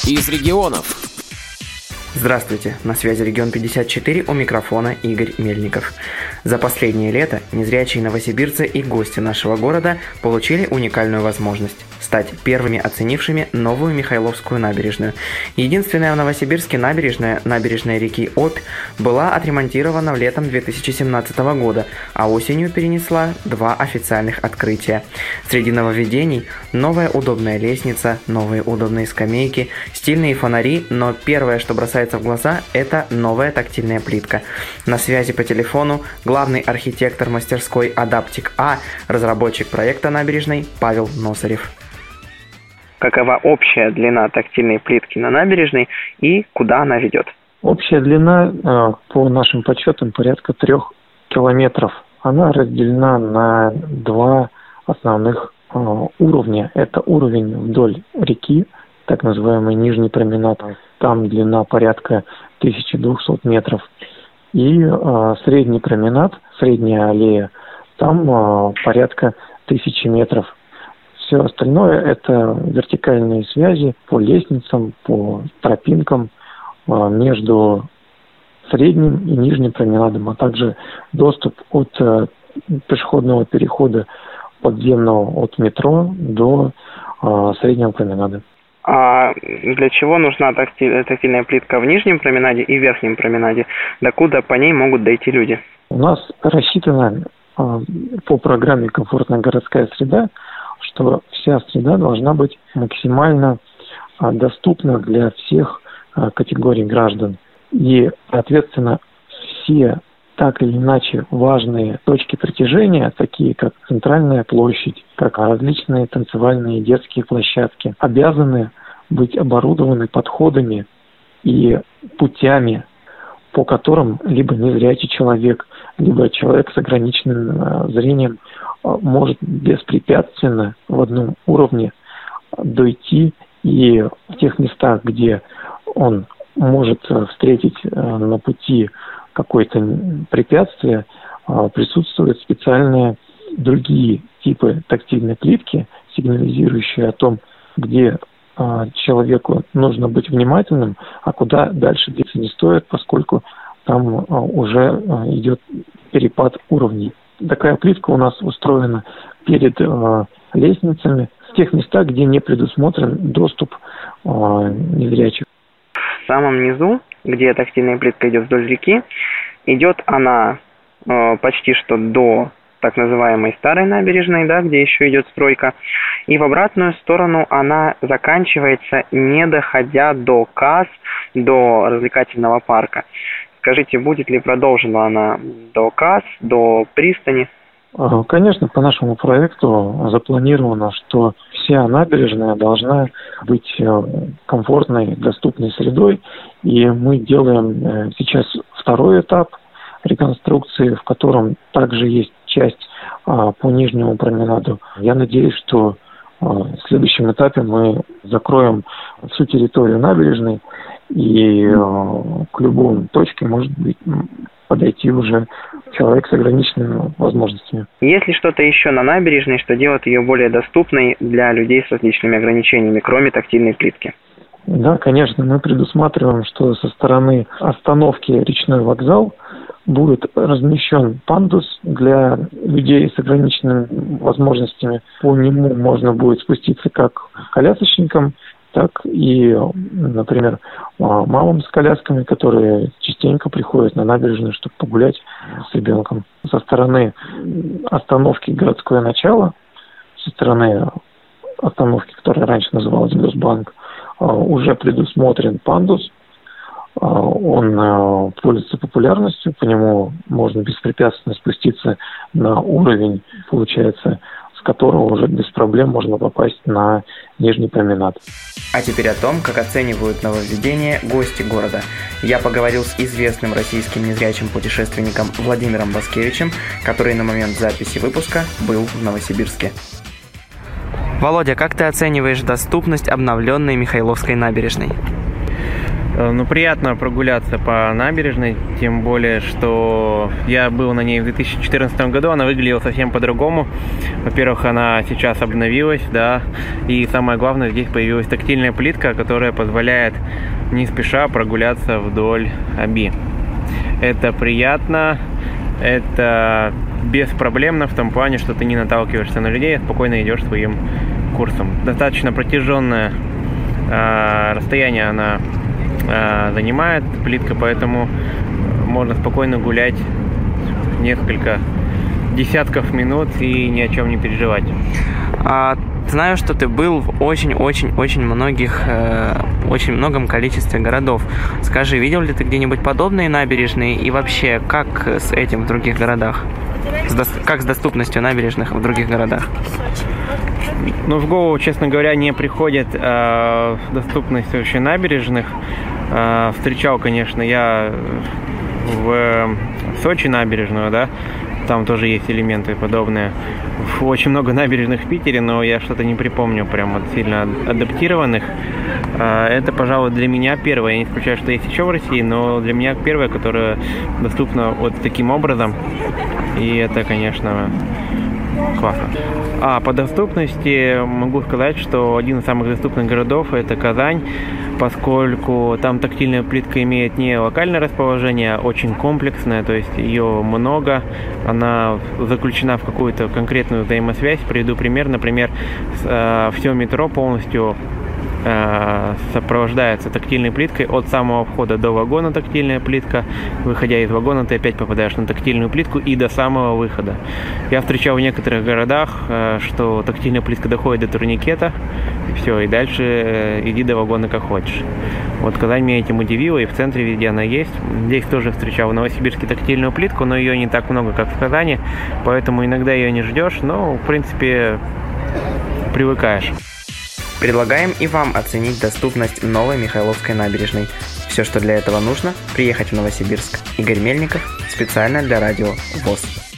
из регионов. Здравствуйте, на связи Регион 54, у микрофона Игорь Мельников. За последнее лето незрячие новосибирцы и гости нашего города получили уникальную возможность стать первыми оценившими новую Михайловскую набережную. Единственная в Новосибирске набережная реки Обь, была отремонтирована летом 2017 года, а осенью перенесла 2 официальных открытия. Среди нововведений новая удобная лестница, новые удобные скамейки, стильные фонари, но первое, что бросается в глаза, это новая тактильная плитка. На связи по телефону главный архитектор мастерской Адаптик А, разработчик проекта набережной Павел Носарев. Какова общая длина тактильной плитки на набережной и куда она ведет? Общая длина, по нашим подсчетам, порядка 3 километров. Она разделена на 2 основных уровня. Это уровень вдоль реки, так называемый нижний променад. Там длина порядка 1200 метров. И средний променад, средняя аллея, там порядка 1000 метров. Все остальное – это вертикальные связи по лестницам, по тропинкам между средним и нижним променадом, а также доступ от пешеходного перехода подземного от метро до среднего променада. А для чего нужна тактильная плитка в нижнем променаде и верхнем променаде? Докуда по ней могут дойти люди? У нас рассчитано по программе «Комфортная городская среда», что вся среда должна быть максимально доступна для всех категорий граждан. И, соответственно, все так или иначе важные точки притяжения, такие как центральная площадь, как различные танцевальные детские площадки, обязаны быть оборудованы подходами и путями, по которым либо незрячий человек, либо человек с ограниченным зрением может беспрепятственно в одном уровне дойти, и в тех местах, где он может встретить на пути какое-то препятствие, присутствуют специальные другие типы тактильной плитки, сигнализирующие о том, где человеку нужно быть внимательным, а куда дальше двигаться не стоит, поскольку там уже идет перепад уровней. Такая плитка у нас устроена перед лестницами в тех местах, где не предусмотрен доступ незрячих. В самом низу, где тактильная плитка идет вдоль реки, идет она почти что до так называемой старой набережной, да, где еще идет стройка, и в обратную сторону она заканчивается, не доходя до касс, до развлекательного парка. Скажите, будет ли продолжена она до касс, до пристани? Конечно, по нашему проекту запланировано, что вся набережная должна быть комфортной, доступной средой, и мы делаем сейчас второй этап реконструкции, в котором также есть часть по нижнему променаду. Я надеюсь, что в следующем этапе мы закроем всю территорию набережной, и к любой точке может быть подойти уже человек с ограниченными возможностями. Есть ли что-то еще на набережной, что делает ее более доступной для людей с различными ограничениями, кроме тактильной плитки? Да, конечно, мы предусматриваем, что со стороны остановки «Речной вокзал» будет размещен пандус для людей с ограниченными возможностями. По нему можно будет спуститься как колясочникам, так и, например, мамам с колясками, которые частенько приходят на набережную, чтобы погулять с ребенком. Со стороны остановки «Городское начало», со стороны остановки, которая раньше называлась «Госбанк», уже предусмотрен пандус. Он пользуется популярностью, по нему можно беспрепятственно спуститься на уровень, получается, с которого уже без проблем можно попасть на нижний променад. А теперь о том, как оценивают нововведения гости города. Я поговорил с известным российским незрячим путешественником Владимиром Баскевичем, который на момент записи выпуска был в Новосибирске. Володя, как ты оцениваешь доступность обновленной Михайловской набережной? Ну, приятно прогуляться по набережной, тем более, что я был на ней в 2014 году, она выглядела совсем по-другому. Во-первых, она сейчас обновилась, да, и самое главное, здесь появилась тактильная плитка, которая позволяет не спеша прогуляться вдоль Оби. Это приятно, это беспроблемно в том плане, что ты не наталкиваешься на людей, а спокойно идешь своим курсом. Достаточно протяженное расстояние она занимает, плитка, поэтому можно спокойно гулять несколько десятков минут и ни о чем не переживать. Знаю, что ты был в очень многом количестве городов. Скажи, видел ли ты где-нибудь подобные набережные и вообще, как с этим в других городах? Как с доступностью набережных в других городах? Ну, в голову, честно говоря, не приходит доступность вообще набережных. Встречал, конечно, я в Сочи набережную, да, там тоже есть элементы подобные. Очень много набережных в Питере, но я что-то не припомню прям вот сильно адаптированных. Это, пожалуй, для меня первое. Я не исключаю, что есть еще в России, но для меня первое, которое доступно вот таким образом. И это, конечно, классно. По доступности могу сказать, что один из самых доступных городов – это Казань, поскольку там тактильная плитка имеет не локальное расположение, а очень комплексное, то есть ее много, она заключена в какую-то конкретную взаимосвязь. Приведу пример, например, все метро полностью сопровождается тактильной плиткой от самого входа до вагона. Тактильная плитка, выходя из вагона, ты опять попадаешь на тактильную плитку и до самого выхода. Я встречал в некоторых городах, что тактильная плитка доходит до турникета, и все, и дальше иди до вагона как хочешь. Вот Казань меня этим удивила, и в центре везде она есть. Здесь тоже встречал в Новосибирске тактильную плитку, но ее не так много, как в Казани, поэтому иногда ее не ждешь, но, в принципе, привыкаешь. Предлагаем и вам оценить доступность новой Михайловской набережной. Все, что для этого нужно, приехать в Новосибирск. Игорь Мельников, специально для радио ВОС.